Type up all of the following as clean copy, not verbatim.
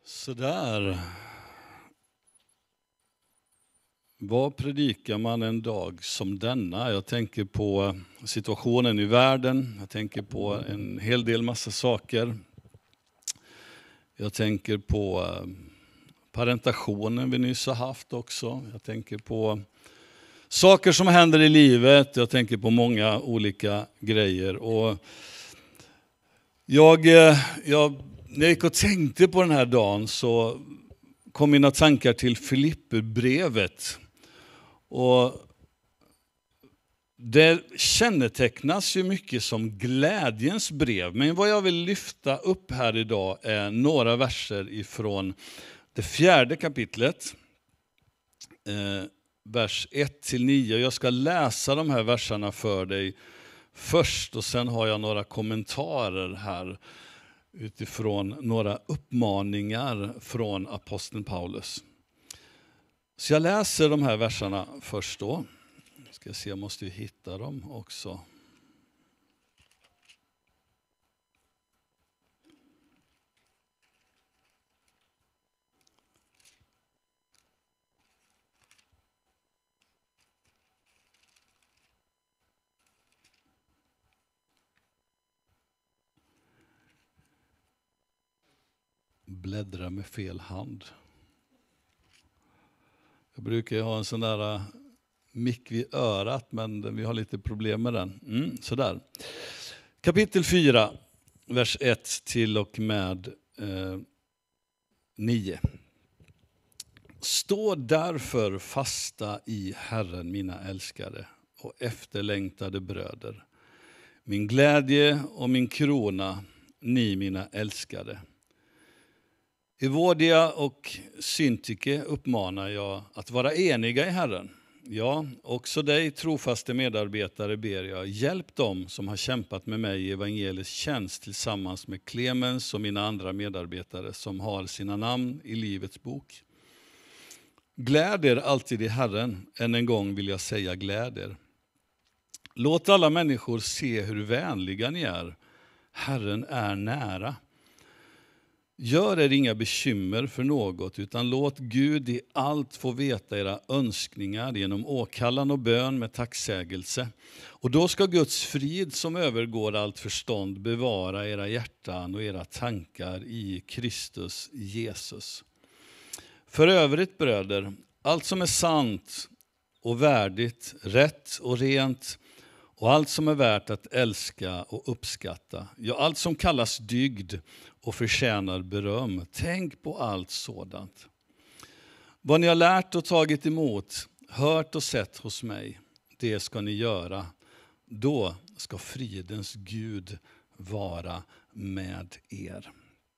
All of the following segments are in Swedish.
Sådär. Vad predikar man en dag som denna? Jag tänker på situationen i världen. Jag tänker på en hel del massa saker. Jag tänker på parentationen vi nyss har haft också. Jag tänker på saker som händer i livet. Jag tänker på många olika grejer. Och när jag gick och tänkte på den här dagen så kom mina tankar till Filipperbrevet. Och det kännetecknas ju mycket som glädjens brev. Men vad jag vill lyfta upp här idag är några verser ifrån det 4:e kapitlet. Vers 1-9. Jag ska läsa de här verserna för dig först och sen har jag några kommentarer här utifrån några uppmaningar från aposteln Paulus. Så jag läser de här verserna först då. Ska se, jag måste ju hitta dem också. Bläddra med fel hand. Jag brukar ju ha en sån där mick vid örat, men vi har lite problem med den. Sådär. Kapitel 4, vers 1-9. Stå därför fasta i Herren, mina älskade och efterlängtade bröder. Min glädje och min krona, ni mina älskade. Evodia och Syntyke uppmanar jag att vara eniga i Herren. Ja, också dig, trofaste medarbetare, ber jag. Hjälp dem som har kämpat med mig i evangeliets tjänst tillsammans med Clemens och mina andra medarbetare som har sina namn i livets bok. Gläd er alltid i Herren, än en gång vill jag säga gläd er. Låt alla människor se hur vänliga ni är. Herren är nära. Gör er inga bekymmer för något, utan låt Gud i allt få veta era önskningar genom åkallan och bön med tacksägelse. Och då ska Guds frid som övergår allt förstånd bevara era hjärtan och era tankar i Kristus Jesus. För övrigt, bröder, allt som är sant och värdigt, rätt och rent, och allt som är värt att älska och uppskatta, ja, allt som kallas dygd och förtjänar beröm, tänk på allt sådant. Vad ni har lärt och tagit emot, hört och sett hos mig, det ska ni göra. Då ska fridens Gud vara med er.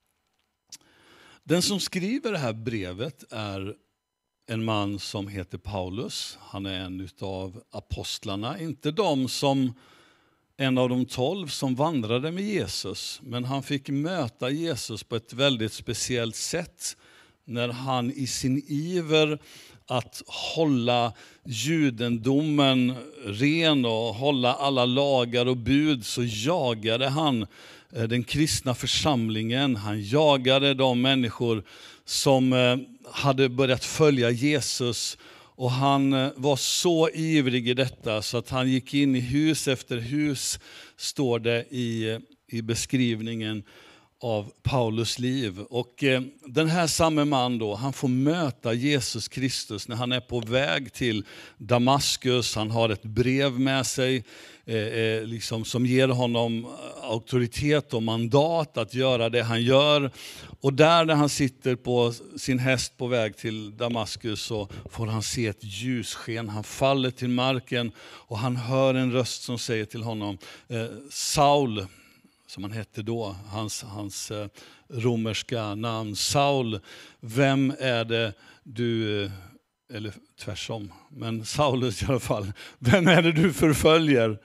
Den som skriver det här brevet är en man som heter Paulus. Han är en av apostlarna, inte en av de 12 som vandrade med Jesus. Men han fick möta Jesus på ett väldigt speciellt sätt när han i sin iver att hålla judendomen ren och hålla alla lagar och bud, så jagade han den kristna församlingen. Han jagade de människor som hade börjat följa Jesus. Och han var så ivrig i detta så att han gick in i hus efter hus, står det i beskrivningen av Paulus liv. Och den här samme man då, han får möta Jesus Kristus när han är på väg till Damaskus. Han har ett brev med sig som ger honom auktoritet och mandat att göra det han gör. Och där när han sitter på sin häst på väg till Damaskus så får han se ett ljussken. Han faller till marken och han hör en röst som säger till honom, Saul, som han hette då, hans romerska namn. Saul, vem är det du, eller tvärsom, men Saulus i alla fall, vem är det du förföljer?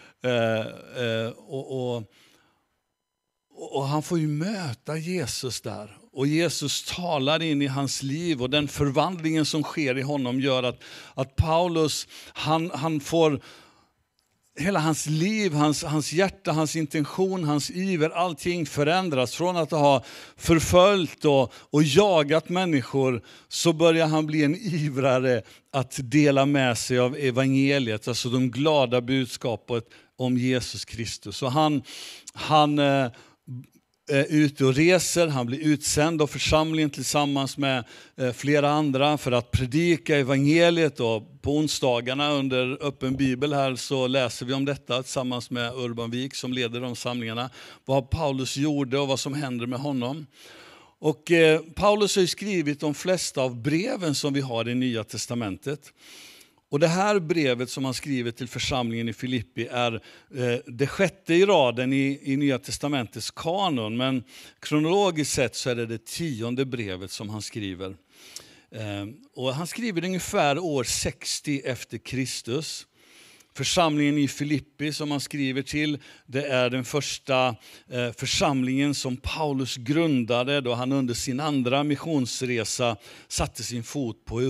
Och han får ju möta Jesus där. Och Jesus talar in i hans liv och den förvandlingen som sker i honom gör att Paulus, han får hela hans liv, hans hjärta, hans intention, hans iver, allting förändras. Från att ha förföljt och jagat människor så börjar han bli en ivrare att dela med sig av evangeliet, alltså de glada budskapet om Jesus Kristus. Och han är ute och reser, han blir utsänd av församlingen tillsammans med flera andra för att predika evangeliet. Och på onsdagarna under öppen bibel här så läser vi om detta tillsammans med Urban Wik som leder de samlingarna. Vad Paulus gjorde och vad som händer med honom. Och Paulus har ju skrivit de flesta av breven som vi har i Nya testamentet. Och det här brevet som han skriver till församlingen i Filippi är det 6:e i raden i Nya testamentets kanon. Men kronologiskt sett så är det 10:e brevet som han skriver. Och han skriver ungefär år 60 efter Kristus. Församlingen i Filippi som han skriver till, det är den första församlingen som Paulus grundade då han under sin andra missionsresa satte sin fot på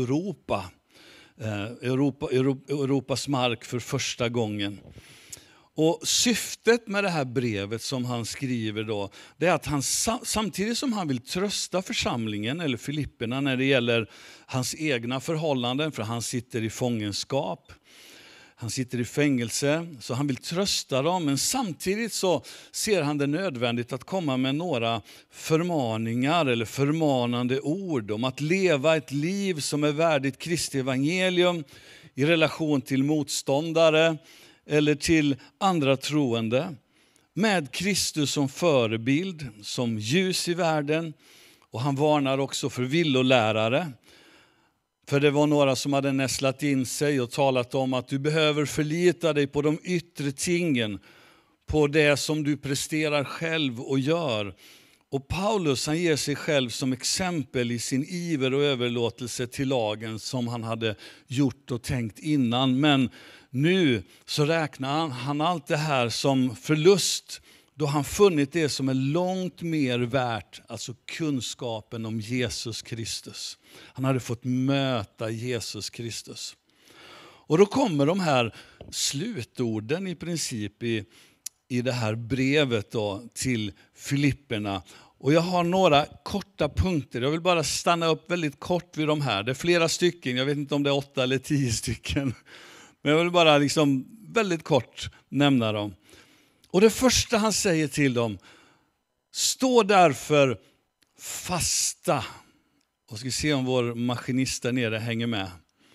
Europas mark för första gången. Och syftet med det här brevet som han skriver då, det är att han samtidigt som han vill trösta församlingen eller Filipperna när det gäller hans egna förhållanden, för han sitter i fångenskap, han sitter i fängelse, så han vill trösta dem. Men samtidigt så ser han det nödvändigt att komma med några förmaningar eller förmanande ord om att leva ett liv som är värdigt Kristi evangelium i relation till motståndare eller till andra troende. Med Kristus som förebild, som ljus i världen. Och han varnar också för villolärare. För det var några som hade nästlat in sig och talat om att du behöver förlita dig på de yttre tingen, på det som du presterar själv och gör. Och Paulus han ger sig själv som exempel i sin iver och överlåtelse till lagen som han hade gjort och tänkt innan. Men nu så räknar han allt det här som förlust då han funnit det som är långt mer värt, alltså kunskapen om Jesus Kristus. Han hade fått möta Jesus Kristus. Och då kommer de här slutorden i princip i det här brevet då, till Filipperna. Och jag har några korta punkter. Jag vill bara stanna upp väldigt kort vid de här. Det är flera stycken, jag vet inte om det är 8 eller 10 stycken. Men jag vill bara väldigt kort nämna dem. Och det första han säger till dem, stå därför fasta. Och ska se om vår maskinist där nere hänger med.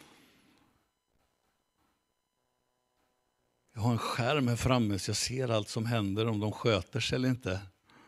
Jag har en skärm här framme så jag ser allt som händer, om de sköter sig eller inte.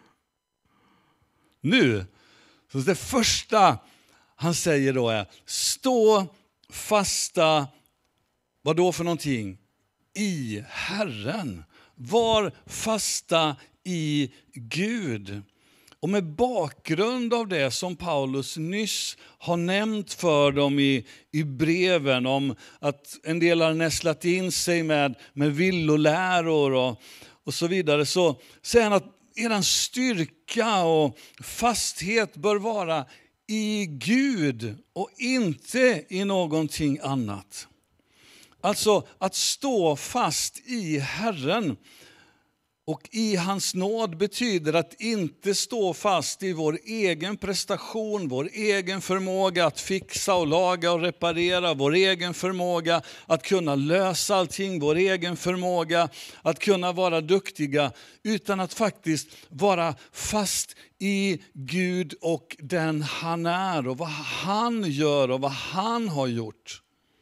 Nu, så det första han säger då är, stå fasta, vad då för någonting? I Herren. Var fasta i Gud. Och med bakgrund av det som Paulus nyss har nämnt för dem i breven om att en del har nästlat in sig med villoläror och så vidare, så säger han att er styrka och fasthet bör vara i Gud och inte i någonting annat. Alltså att stå fast i Herren och i hans nåd betyder att inte stå fast i vår egen prestation, vår egen förmåga att fixa och laga och reparera, vår egen förmåga att kunna lösa allting, vår egen förmåga att kunna vara duktiga, utan att faktiskt vara fast i Gud och den han är och vad han gör och vad han har gjort.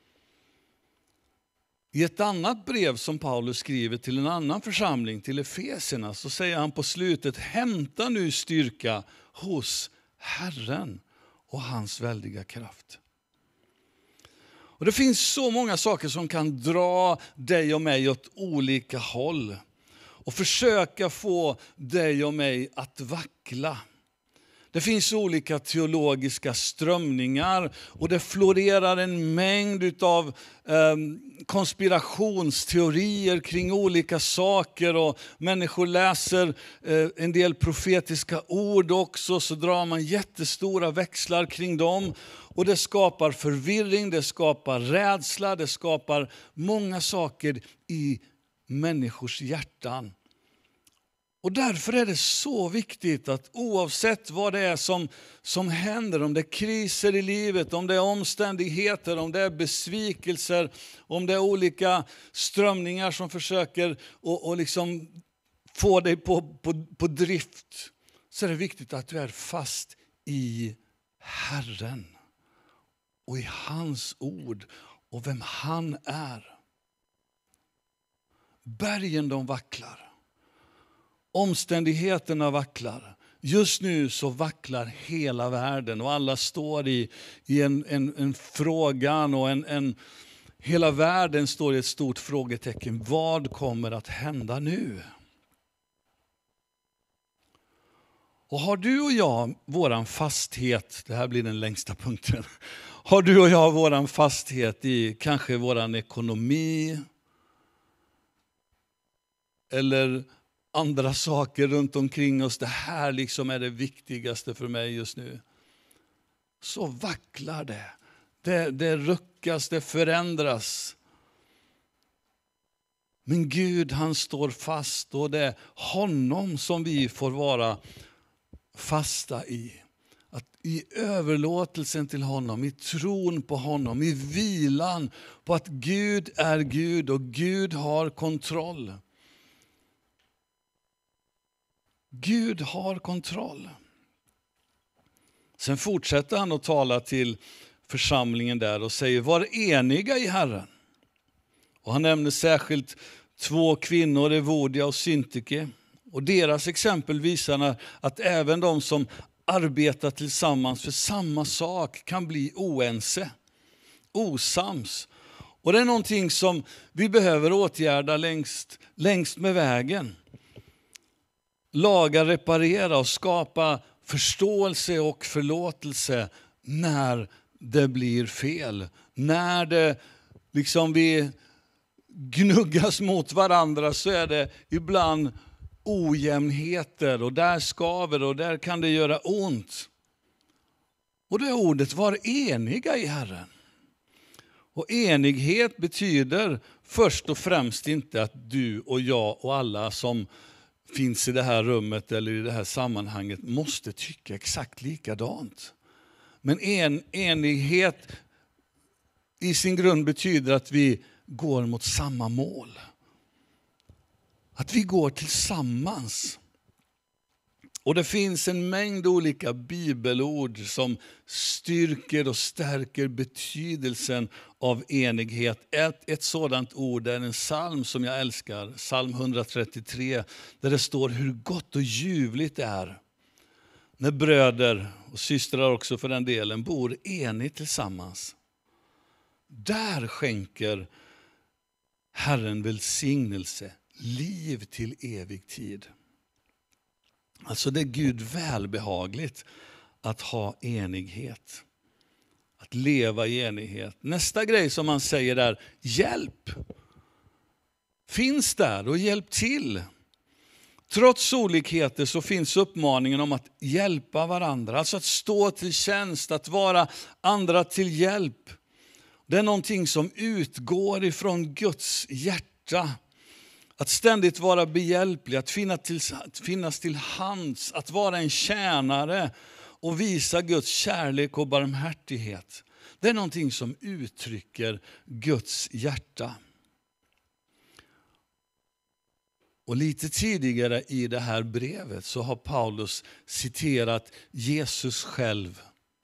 I ett annat brev som Paulus skriver till en annan församling, till Efeserna, så säger han på slutet, hämta nu styrka hos Herren och hans väldiga kraft. Och det finns så många saker som kan dra dig och mig åt olika håll och försöka få dig och mig att vackla. Det finns olika teologiska strömningar och det florerar en mängd av konspirationsteorier kring olika saker. Och människor läser en del profetiska ord också, så drar man jättestora växlar kring dem. Och det skapar förvirring, det skapar rädsla, det skapar många saker i människors hjärtan. Och därför är det så viktigt att oavsett vad det är som händer, om det är kriser i livet, om det är omständigheter, om det är besvikelser, om det är olika strömningar som försöker och liksom få dig på drift, så är det viktigt att du är fast i Herren och i hans ord och vem han är. Bergen de vacklar. Omständigheterna vacklar. Just nu så vacklar hela världen och alla står i en frågan och hela världen står i ett stort frågetecken. Vad kommer att hända nu? Och har du och jag våran fasthet, det här blir den längsta punkten. Har du och jag våran fasthet i kanske våran ekonomi eller andra saker runt omkring oss, det här liksom är det viktigaste för mig just nu. Så vacklar det. Det ruckas, det förändras. Men Gud, han står fast och det är honom som vi får vara fasta i. Att i överlåtelsen till honom, i tron på honom, i vilan på att Gud är Gud och Gud har kontroll. Gud har kontroll. Sen fortsätter han att tala till församlingen där och säger: var eniga i Herren. Och han nämner särskilt 2 kvinnor, Evodia och Syntyke. Och deras exempel visar att även de som arbetar tillsammans för samma sak kan bli oense, osams. Och det är någonting som vi behöver åtgärda längst med vägen. Laga, reparera och skapa förståelse och förlåtelse när det blir fel. När det liksom vi gnuggas mot varandra så är det ibland ojämnheter och där skaver och där kan det göra ont. Och det är ordet var eniga i Herren. Och enighet betyder först och främst inte att du och jag och alla som finns i det här rummet eller i det här sammanhanget måste tycka exakt likadant. Men enighet i sin grund betyder att vi går mot samma mål. Att vi går tillsammans. Och det finns en mängd olika bibelord som styrker och stärker betydelsen av enighet. Ett sådant ord är en psalm som jag älskar, psalm 133, där det står hur gott och ljuvligt det är när bröder och systrar också för den delen bor enigt tillsammans. Där skänker Herren välsignelse, liv till evig tid. Alltså det är Gud välbehagligt att ha enighet. Att leva i enighet. Nästa grej som man säger är hjälp. Finns där och hjälp till. Trots olikheter så finns uppmaningen om att hjälpa varandra. Alltså att stå till tjänst, att vara andra till hjälp. Det är någonting som utgår ifrån Guds hjärta. Att ständigt vara behjälplig, att finnas till hands, att vara en tjänare och visa Guds kärlek och barmhärtighet. Det är någonting som uttrycker Guds hjärta. Och lite tidigare i det här brevet så har Paulus citerat Jesus själv.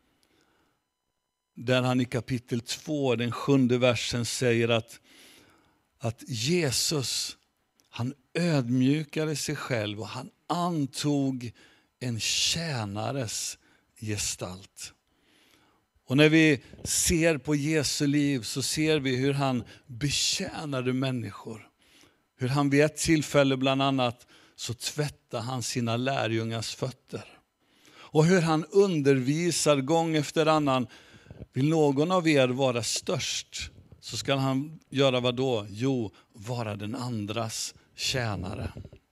Där han i kapitel 2, den 7:e versen säger att Jesus, han ödmjukade sig själv och han antog en tjänares gestalt. Och när vi ser på Jesu liv så ser vi hur han betjänade människor. Hur han vid ett tillfälle bland annat så tvättade han sina lärjungars fötter. Och hur han undervisar gång efter annan. Vill någon av er vara störst så ska han göra vad då? Jo, vara den andras tjänare.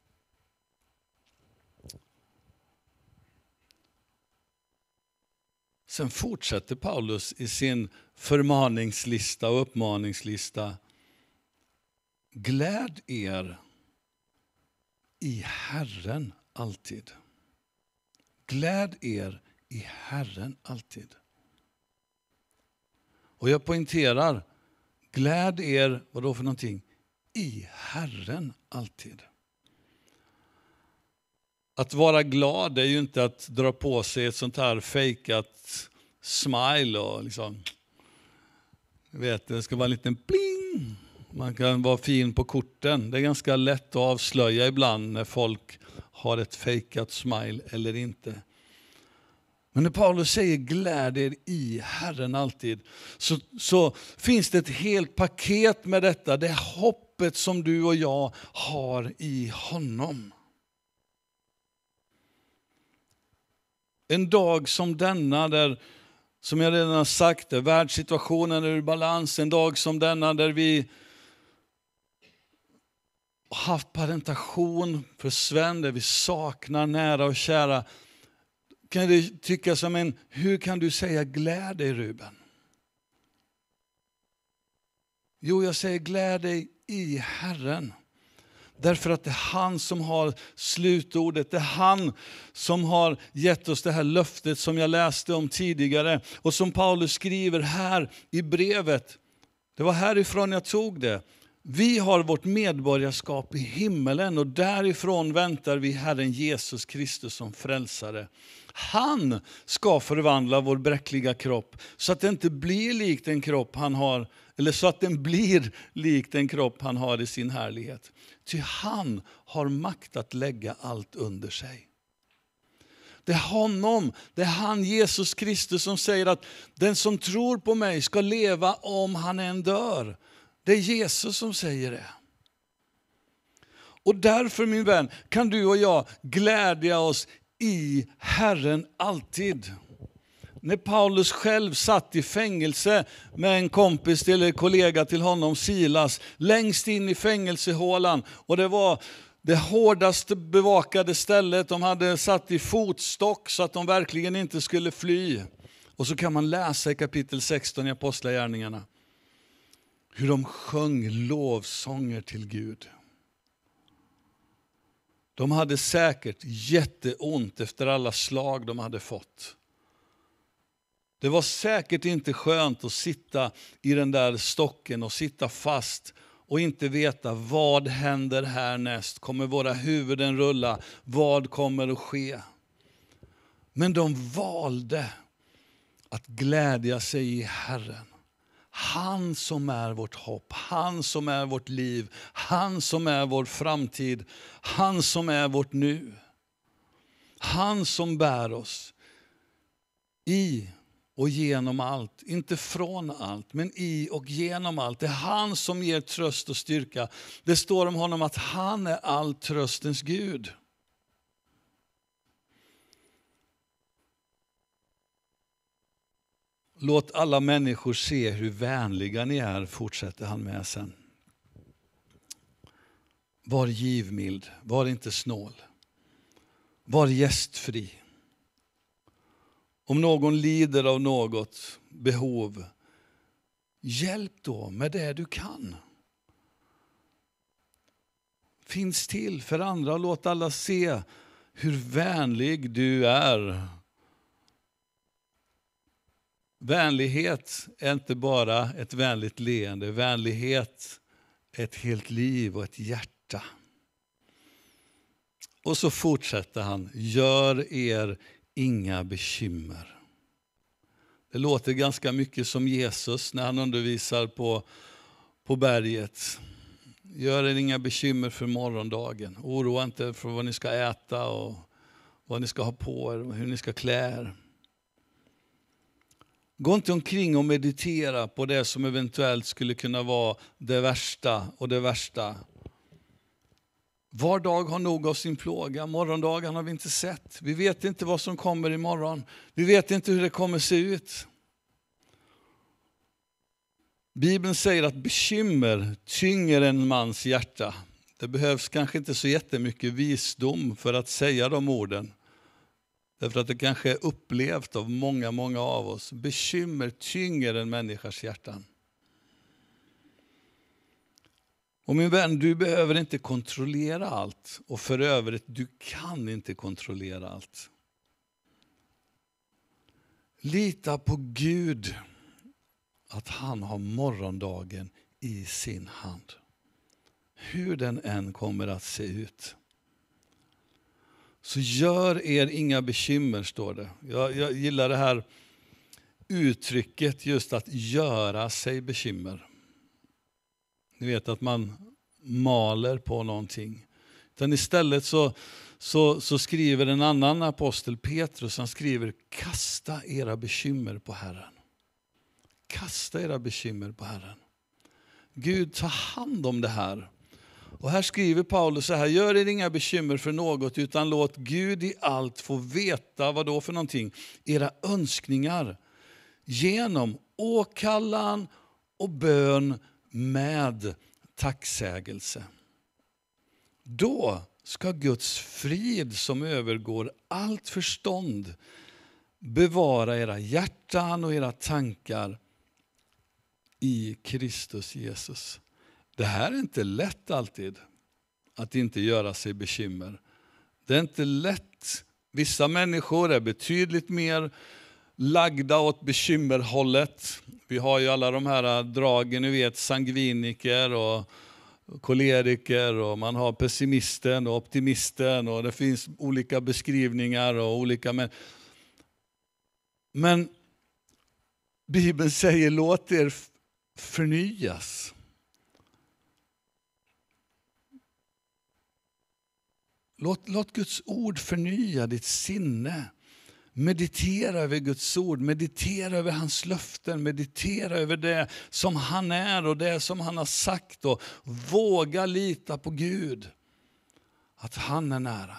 Sen fortsätter Paulus i sin förmaningslista och uppmaningslista Gläd er i Herren alltid. Gläd er i Herren alltid. Och jag poängterar, gläd er, vad då för någonting? I Herren alltid. Att vara glad är ju inte att dra på sig ett sånt här fejkat smile och liksom, det ska vara en liten pling. Man kan vara fin på korten. Det är ganska lätt att avslöja ibland när folk har ett fejkat smile eller inte. Men när Paulus säger gläd er i Herren alltid, så finns det ett helt paket med detta. Det är hoppet som du och jag har i honom. En dag som denna, där, som jag redan har sagt, där världssituationen är ur balans. En dag som denna där vi har haft parentation för Sven, där vi saknar nära och kära. Kan det tyckas som hur kan du säga gläd dig, Ruben? Jo, jag säger gläd dig i Herren. Därför att det är han som har slutordet. Det är han som har gett oss det här löftet som jag läste om tidigare. Och som Paulus skriver här i brevet. Det var härifrån jag tog det. Vi har vårt medborgarskap i himmelen och därifrån väntar vi Herren Jesus Kristus som frälsare. Han ska förvandla vår bräckliga kropp så att det inte blir likt den kropp han har, eller så att den blir lik den kropp han har i sin härlighet. Ty han har makt att lägga allt under sig. Det är honom, det är han Jesus Kristus som säger att den som tror på mig ska leva om han än dör. Det är Jesus som säger det. Och därför, min vän, kan du och jag glädja oss i Herren alltid. När Paulus själv satt i fängelse med en kompis eller kollega till honom, Silas, längst in i fängelsehålan. Och det var det hårdast bevakade stället. De hade satt i fotstock så att de verkligen inte skulle fly. Och så kan man läsa i kapitel 16 i Apostlagärningarna hur de sjöng lovsånger till Gud. De hade säkert jätteont efter alla slag de hade fått. Det var säkert inte skönt att sitta i den där stocken och sitta fast och inte veta vad händer härnäst. Kommer våra huvuden rulla? Vad kommer att ske? Men de valde att glädja sig i Herren. Han som är vårt hopp, han som är vårt liv, han som är vår framtid, han som är vårt nu. Han som bär oss i och genom allt, inte från allt, men i och genom allt. Det är han som ger tröst och styrka. Det står om honom att han är all tröstens Gud. Låt alla människor se hur vänliga ni är, fortsätter han med sen. Var givmild, var inte snål. Var gästfri. Om någon lider av något behov, hjälp då med det du kan. Finns till för andra och låt alla se hur vänlig du är. Vänlighet är inte bara ett vänligt leende. Vänlighet är ett helt liv och ett hjärta. Och så fortsätter han. Gör er inga bekymmer. Det låter ganska mycket som Jesus när han undervisar på berget. Gör er inga bekymmer för morgondagen. Oroa inte för vad ni ska äta och vad ni ska ha på er och hur ni ska klä er. Gå inte omkring och meditera på det som eventuellt skulle kunna vara det värsta och det värsta. Var dag har nog av sin plåga. Morgondagen har vi inte sett. Vi vet inte vad som kommer imorgon. Vi vet inte hur det kommer se ut. Bibeln säger att bekymmer tynger en mans hjärta. Det behövs kanske inte så jättemycket visdom för att säga de orden. Därför att det kanske är upplevt av många av oss. Bekymmer tynger en människas hjärtan. Och min vän, du behöver inte kontrollera allt. Och för övrigt, du kan inte kontrollera allt. Lita på Gud att han har morgondagen i sin hand. Hur den än kommer att se ut. Så gör er inga bekymmer, står det. Jag gillar det här uttrycket, just att göra sig bekymmer. Ni vet att man maler på någonting. Utan istället så skriver en annan apostel, Petrus, han skriver: kasta era bekymmer på Herren. Kasta era bekymmer på Herren. Gud tar hand om det här. Och här skriver Paulus så här: gör er inga bekymmer för något, utan låt Gud i allt få veta vad då för någonting. Era önskningar genom åkallan och bön med tacksägelse. Då ska Guds frid som övergår allt förstånd bevara era hjärtan och era tankar i Kristus Jesus. Det här är inte lätt alltid, att inte göra sig bekymmer. Det är inte lätt. Vissa människor är betydligt mer lagda åt bekymmerhållet. Vi har ju alla de här dragen, ni vet, sangviniker och koleriker, och man har pessimisten och optimisten, och det finns olika beskrivningar och olika. Men Bibeln säger: låt er förnyas. Låt Guds ord förnya ditt sinne. Meditera över Guds ord, meditera över hans löften, meditera över det som han är och det som han har sagt, och våga lita på Gud, att han är nära.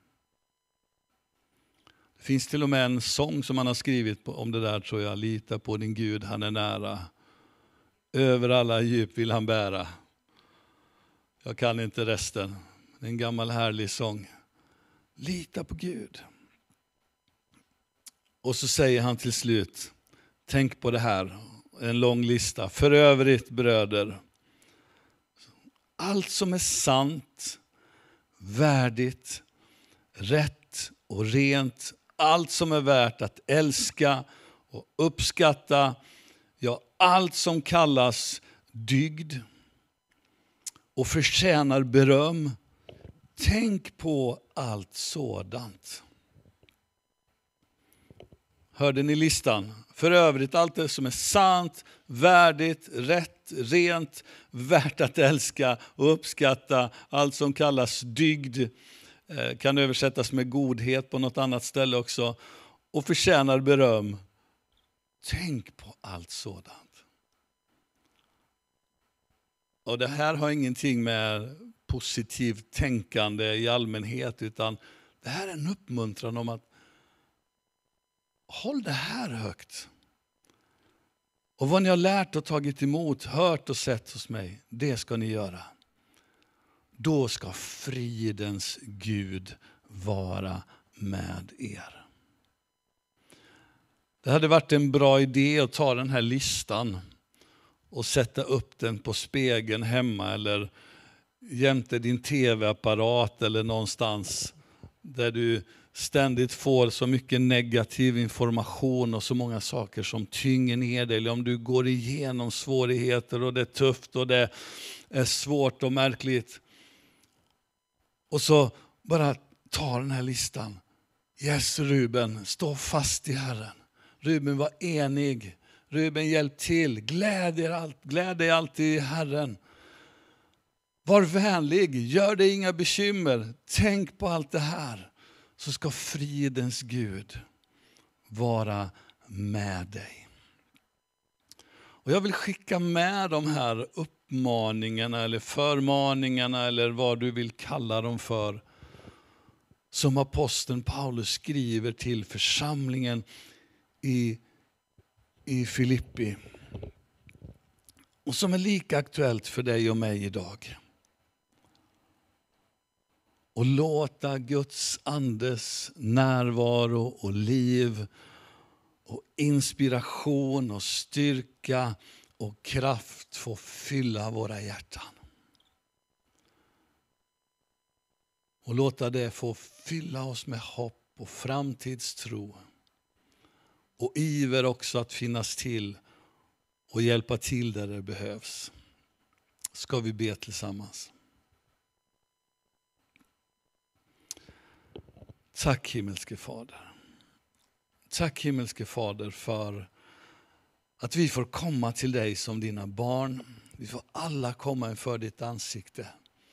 Det finns till och med en sång som han har skrivit om det där, tror jag: lita på din Gud, han är nära. Över alla djup vill han bära. Jag kan inte resten. Det är en gammal härlig sång. Lita på Gud. Och så säger han till slut: tänk på det här, en lång lista. För övrigt, bröder, allt som är sant, värdigt, rätt och rent, allt som är värt att älska och uppskatta, ja, allt som kallas dygd och förtjänar beröm, tänk på allt sådant. Hörde ni listan? För övrigt, allt det som är sant, värdigt, rätt, rent, värt att älska och uppskatta, allt som kallas dygd, kan översättas med godhet på något annat ställe också, och förtjänar beröm. Tänk på allt sådant. Och det här har ingenting med positivt tänkande i allmänhet, utan det här är en uppmuntran om att håll det här högt. Och vad ni har lärt och tagit emot, hört och sett hos mig, det ska ni göra. Då ska fridens Gud vara med er. Det hade varit en bra idé att ta den här listan och sätta upp den på spegeln hemma, eller jämte din tv-apparat, eller någonstans där du ständigt får så mycket negativ information och så många saker som tynger ner dig. Eller om du går igenom svårigheter och det är tufft och det är svårt och märkligt. Och så bara ta den här listan. Yes, Ruben, stå fast i Herren. Ruben, var enig. Ruben, hjälp till. Gläd dig alltid i Herren. Var vänlig, gör dig inga bekymmer. Tänk på allt det här. Så ska fridens Gud vara med dig. Och jag vill skicka med de här uppmaningarna eller förmaningarna, eller vad du vill kalla dem för, som aposteln Paulus skriver till församlingen i Filippi. Och som är lika aktuellt för dig och mig idag. Och låta Guds andes närvaro och liv och inspiration och styrka och kraft få fylla våra hjärtan. Och låta det få fylla oss med hopp och framtidstro. Och iver också att finnas till och hjälpa till där det behövs. Ska vi be tillsammans. Tack himmelske Fader. Tack himmelske Fader för att vi får komma till dig som dina barn. Vi får alla komma inför ditt ansikte.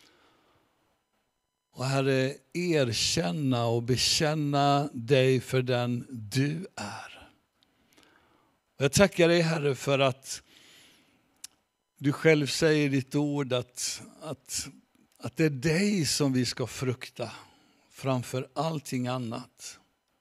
Och Herre, erkänna och bekänna dig för den du är. Och jag tackar dig Herre för att du själv säger i ditt ord att det är dig som vi ska frukta framför allting annat.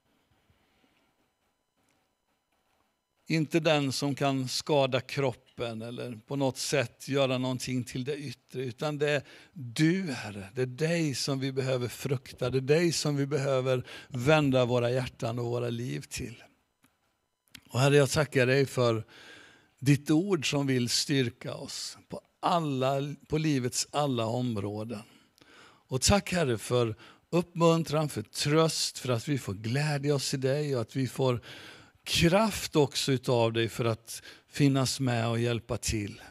Inte den som kan skada kroppen eller på något sätt göra någonting till det yttre. Utan det är du Herre, det är dig som vi behöver frukta. Det är dig som vi behöver vända våra hjärtan och våra liv till. Och Herre, jag tackar dig för ditt ord som vill styrka oss på livets alla områden. Och tack Herre för uppmuntran, för tröst, för att vi får glädja oss i dig och att vi får kraft också utav dig för att finnas med och hjälpa till.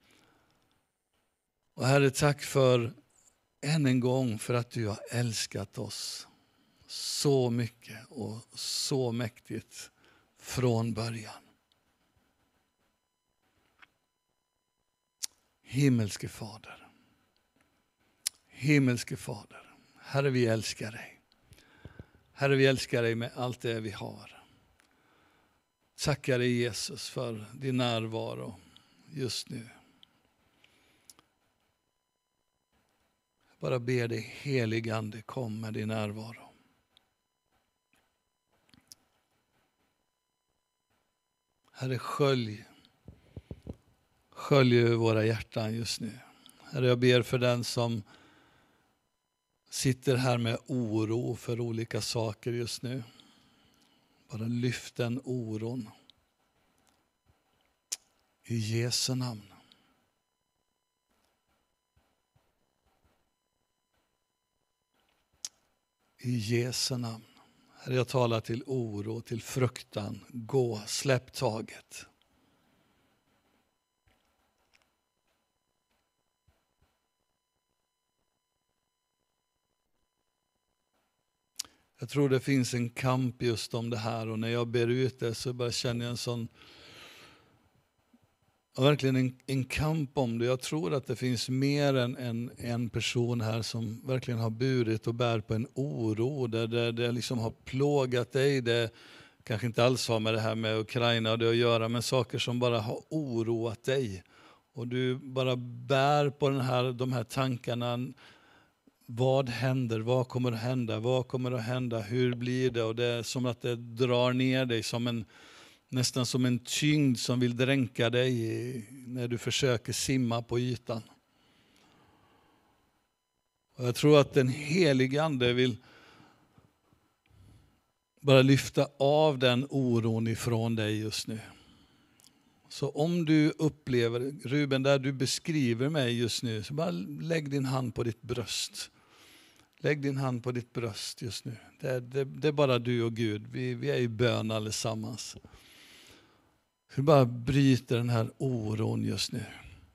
Och Herre, tack för än en gång för att du har älskat oss så mycket och så mäktigt från början. Himmelske Fader. Himmelske Fader. Herre, vi älskar dig. Herre, vi älskar dig med allt det vi har. Tackar dig Jesus för din närvaro just nu. Jag bara ber dig helige Ande, kom med din närvaro. Herre, skölj över våra hjärtan just nu. Herre, jag ber för den som sitter här med oro för olika saker just nu. Bara lyft den oron. I Jesu namn. I Jesu namn. Herre, jag talar till oro, till fruktan. Gå, släpp taget. Jag tror det finns en kamp just om det här, och när jag ber ut det så bara känner jag verkligen en kamp om det. Jag tror att det finns mer än en person här som verkligen har burit och bär på en oro där det liksom har plågat dig. Det kanske inte alls har med det här med Ukraina och det att göra, men saker som bara har oroat dig. Och du bara bär på de här tankarna. Vad händer? Vad kommer att hända? Vad kommer att hända? Hur blir det? Och det är som att det drar ner dig nästan som en tyngd som vill dränka dig när du försöker simma på ytan. Och jag tror att den helige Ande vill bara lyfta av den oron ifrån dig just nu. Så om du upplever, Ruben, där du beskriver mig just nu, så bara lägg din hand på ditt bröst. Lägg din hand på ditt bröst just nu. Det är bara du och Gud. Vi är i bön allesammans. Vi bara bryter den här oron just nu.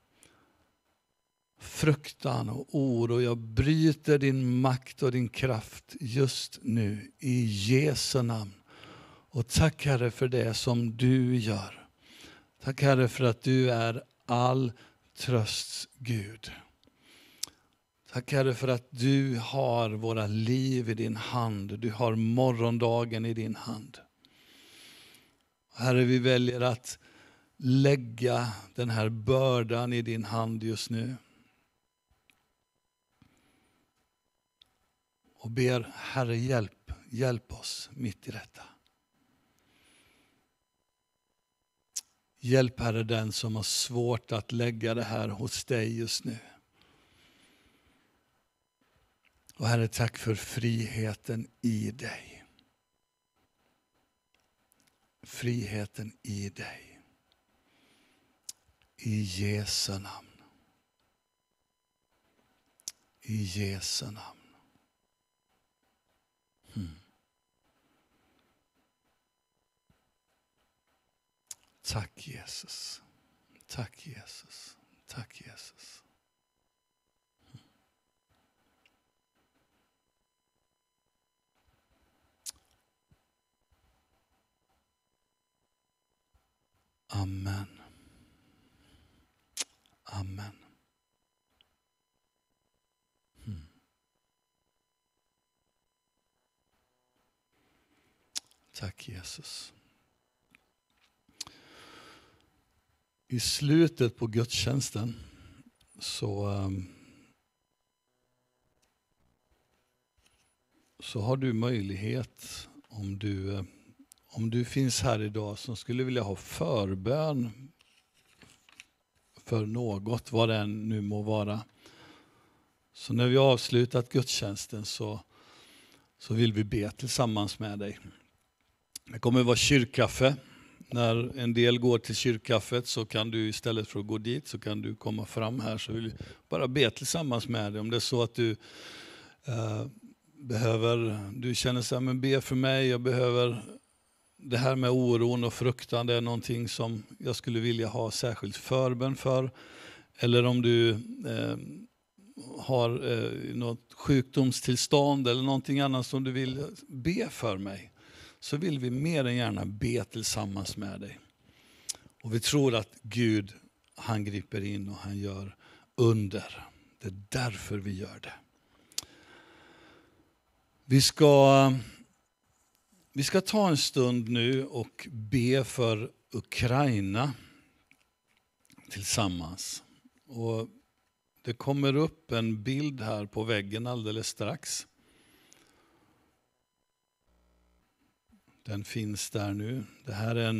Fruktan och oro. Jag bryter din makt och din kraft just nu i Jesu namn. Och tack Herre för det som du gör. Tack Herre för att du är all trösts Gud. Tack Herre för att du har våra liv i din hand. Du har morgondagen i din hand. Herre, vi väljer att lägga den här bördan i din hand just nu. Och ber, Herre, hjälp oss mitt i detta. Hjälp Herre den som har svårt att lägga det här hos dig just nu. Och Herre, tack för friheten i dig. Friheten i dig. I Jesu namn. I Jesu namn. Tack Jesus. Tack Jesus. Tack Jesus. Amen. Amen. Tack Jesus. I slutet på gudstjänsten så har du möjlighet, om du finns här idag som skulle vilja ha förbön för något, vad det än nu må vara. Så när vi har avslutat gudstjänsten så vill vi be tillsammans med dig. Det kommer att vara kyrkkaffe. När en del går till kyrkkaffet så kan du istället för att gå dit så kan du komma fram här, så vill vi bara be tillsammans med dig. Om det är så att du du känner så här, men be för mig, jag behöver det här med oron och fruktan, det är någonting som jag skulle vilja ha särskilt förbön för. Eller om du har något sjukdomstillstånd eller någonting annat som du vill be för mig, så vill vi mer än gärna be tillsammans med dig. Och vi tror att Gud, han griper in och han gör under. Det är därför vi gör det. Vi ska ta en stund nu och be för Ukraina tillsammans. Och det kommer upp en bild här på väggen alldeles strax. Den finns där nu. Det här är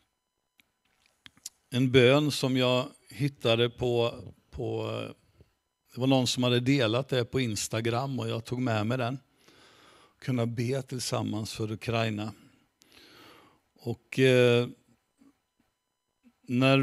en bön som jag hittade på det var någon som hade delat det på Instagram och jag tog med mig den. Kunna be tillsammans för Ukraina. Och när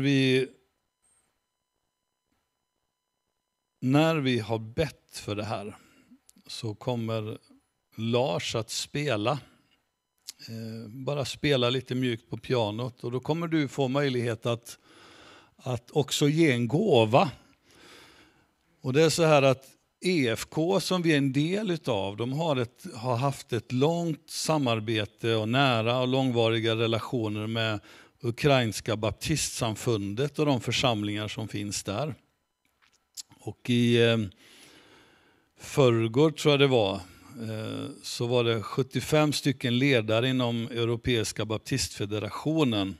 vi har bett för det här så kommer Lars att spela. Bara spela lite mjukt på pianot, och då kommer du få möjlighet att också ge en gåva. Och det är så här att EFK som vi är en del utav, de har haft ett långt samarbete och nära och långvariga relationer med Ukrainska baptistsamfundet och de församlingar som finns där. Och i förrgår tror jag det var, så var det 75 stycken ledare inom Europeiska baptistfederationen.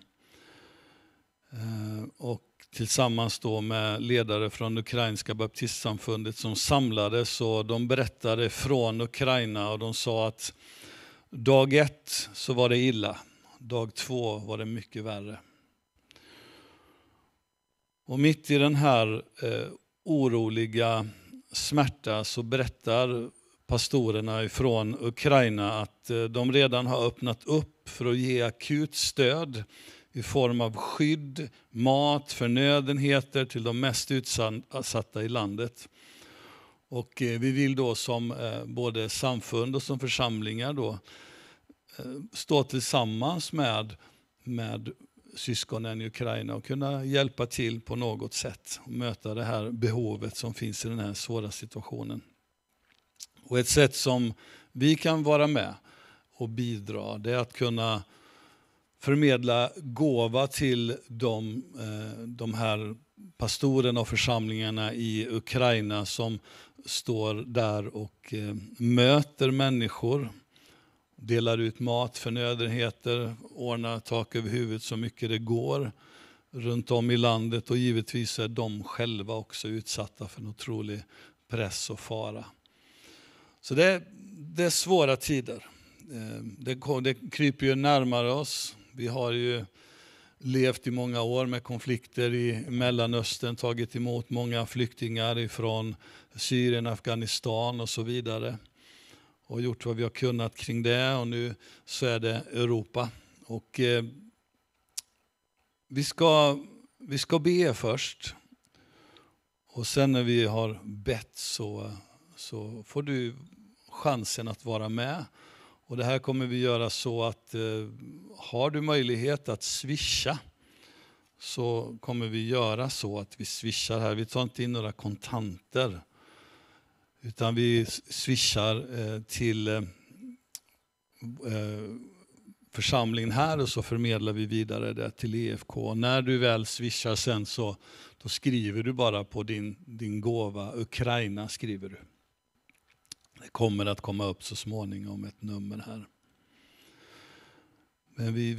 Och tillsammans då med ledare från Ukrainska baptistsamfundet som samlades, och de berättade från Ukraina och de sa att dag 1 så var det illa, dag 2 var det mycket värre. Och mitt i den här oroliga smärta så berättar pastorerna ifrån Ukraina att de redan har öppnat upp för att ge akut stöd i form av skydd, mat, förnödenheter till de mest utsatta i landet. Och vi vill då som både samfund och som församlingar då stå tillsammans med syskonen i Ukraina och kunna hjälpa till på något sätt och möta det här behovet som finns i den här svåra situationen. Och ett sätt som vi kan vara med och bidra, det är att kunna förmedla gåva till de här pastorerna och församlingarna i Ukraina som står där och möter människor, delar ut mat, förnödenheter, ordnar tak över huvudet så mycket det går runt om i landet, och givetvis är de själva också utsatta för en otrolig press och fara. Så det är svåra tider. Det kryper ju närmare oss. Vi har ju levt i många år med konflikter i Mellanöstern, tagit emot många flyktingar ifrån Syrien, Afghanistan och så vidare. Och gjort vad vi har kunnat kring det, och nu så är det Europa. Och vi ska be först. Och sen när vi har bett så får du chansen att vara med. Och det här kommer vi göra så att har du möjlighet att swisha så kommer vi göra så att vi swishar här. Vi tar inte in några kontanter, utan vi swishar till församlingen här och så förmedlar vi vidare det till EFK. När du väl swishar sen så då skriver du bara på din gåva, Ukraina skriver du. Det kommer att komma upp så småningom ett nummer här. Men vi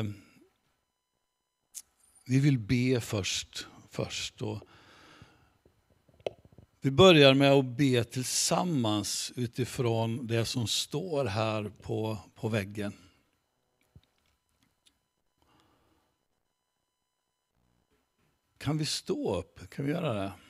vill be först. Och vi börjar med att be tillsammans utifrån det som står här på väggen. Kan vi stå upp? Kan vi göra det?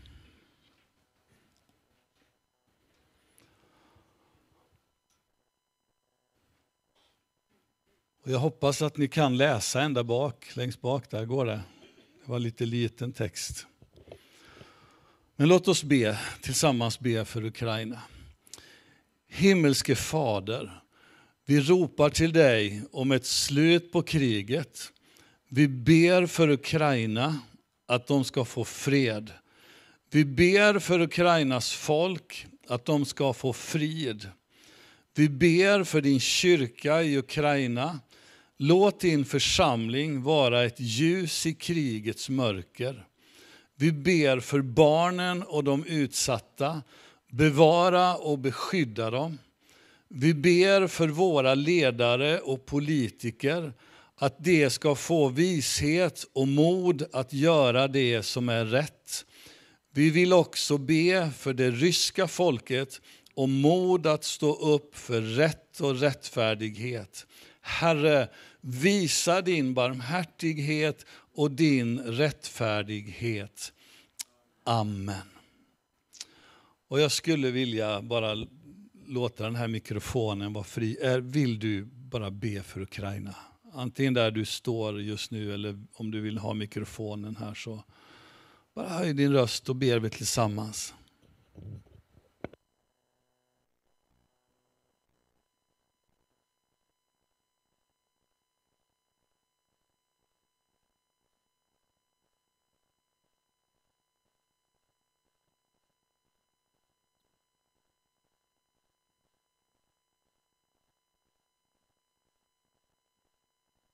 Och jag hoppas att ni kan läsa ända bak, längst bak där går det. Det var lite liten text. Men låt oss tillsammans be för Ukraina. Himmelske Fader, vi ropar till dig om ett slut på kriget. Vi ber för Ukraina att de ska få fred. Vi ber för Ukrainas folk att de ska få frid. Vi ber för din kyrka i Ukraina. Låt din församling vara ett ljus i krigets mörker. Vi ber för barnen och de utsatta. Bevara och beskydda dem. Vi ber för våra ledare och politiker att de ska få vishet och mod att göra det som är rätt. Vi vill också be för det ryska folket om mod att stå upp för rätt och rättfärdighet. Herre, visa din barmhärtighet och din rättfärdighet. Amen. Och jag skulle vilja bara låta den här mikrofonen vara fri. Vill du bara be för Ukraina? Antingen där du står just nu eller om du vill ha mikrofonen här, så bara höj din röst och ber vi tillsammans.